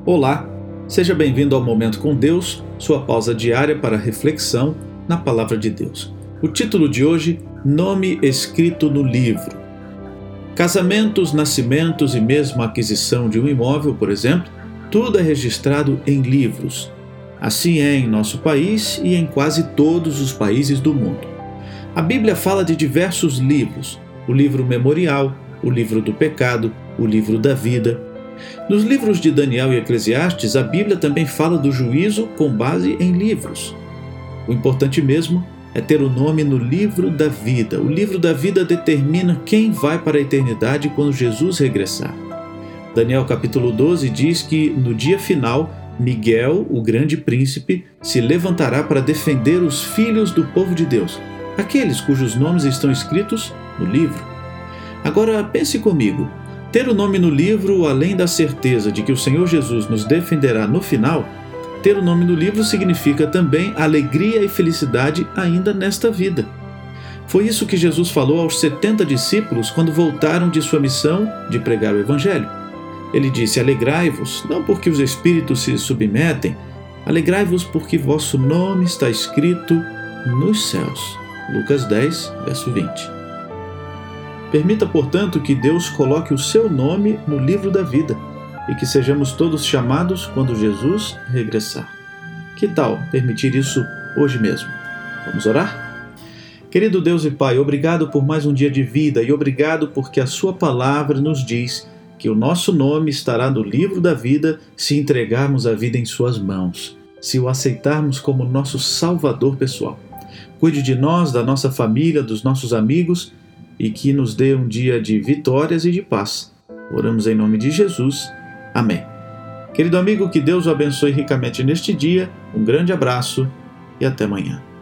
Olá, seja bem-vindo ao Momento com Deus, sua pausa diária para reflexão na Palavra de Deus. O título de hoje, Nome escrito no livro. Casamentos, nascimentos e mesmo a aquisição de um imóvel, por exemplo, tudo é registrado em livros. Assim é em nosso país e em quase todos os países do mundo. A Bíblia fala de diversos livros: o livro memorial, o livro do pecado, o livro da vida. Nos livros de Daniel e Eclesiastes, a Bíblia também fala do juízo com base em livros. O importante mesmo é ter o nome no livro da vida. O livro da vida determina quem vai para a eternidade quando Jesus regressar. Daniel capítulo 12 diz que no dia final, Miguel, o grande príncipe, se levantará para defender os filhos do povo de Deus, aqueles cujos nomes estão escritos no livro. Agora pense comigo, ter o nome no livro, além da certeza de que o Senhor Jesus nos defenderá no final, ter o nome no livro significa também alegria e felicidade ainda nesta vida. Foi isso que Jesus falou aos 70 discípulos quando voltaram de sua missão de pregar o Evangelho. Ele disse: alegrai-vos, não porque os espíritos se submetem, alegrai-vos porque vosso nome está escrito nos céus. Lucas 10, verso 20. Permita, portanto, que Deus coloque o seu nome no livro da vida e que sejamos todos chamados quando Jesus regressar. Que tal permitir isso hoje mesmo? Vamos orar? Querido Deus e Pai, obrigado por mais um dia de vida e obrigado porque a sua palavra nos diz que o nosso nome estará no livro da vida se entregarmos a vida em suas mãos, se o aceitarmos como nosso Salvador pessoal. Cuide de nós, da nossa família, dos nossos amigos e que nos dê um dia de vitórias e de paz. Oramos em nome de Jesus. Amém. Querido amigo, que Deus o abençoe ricamente neste dia. Um grande abraço e até amanhã.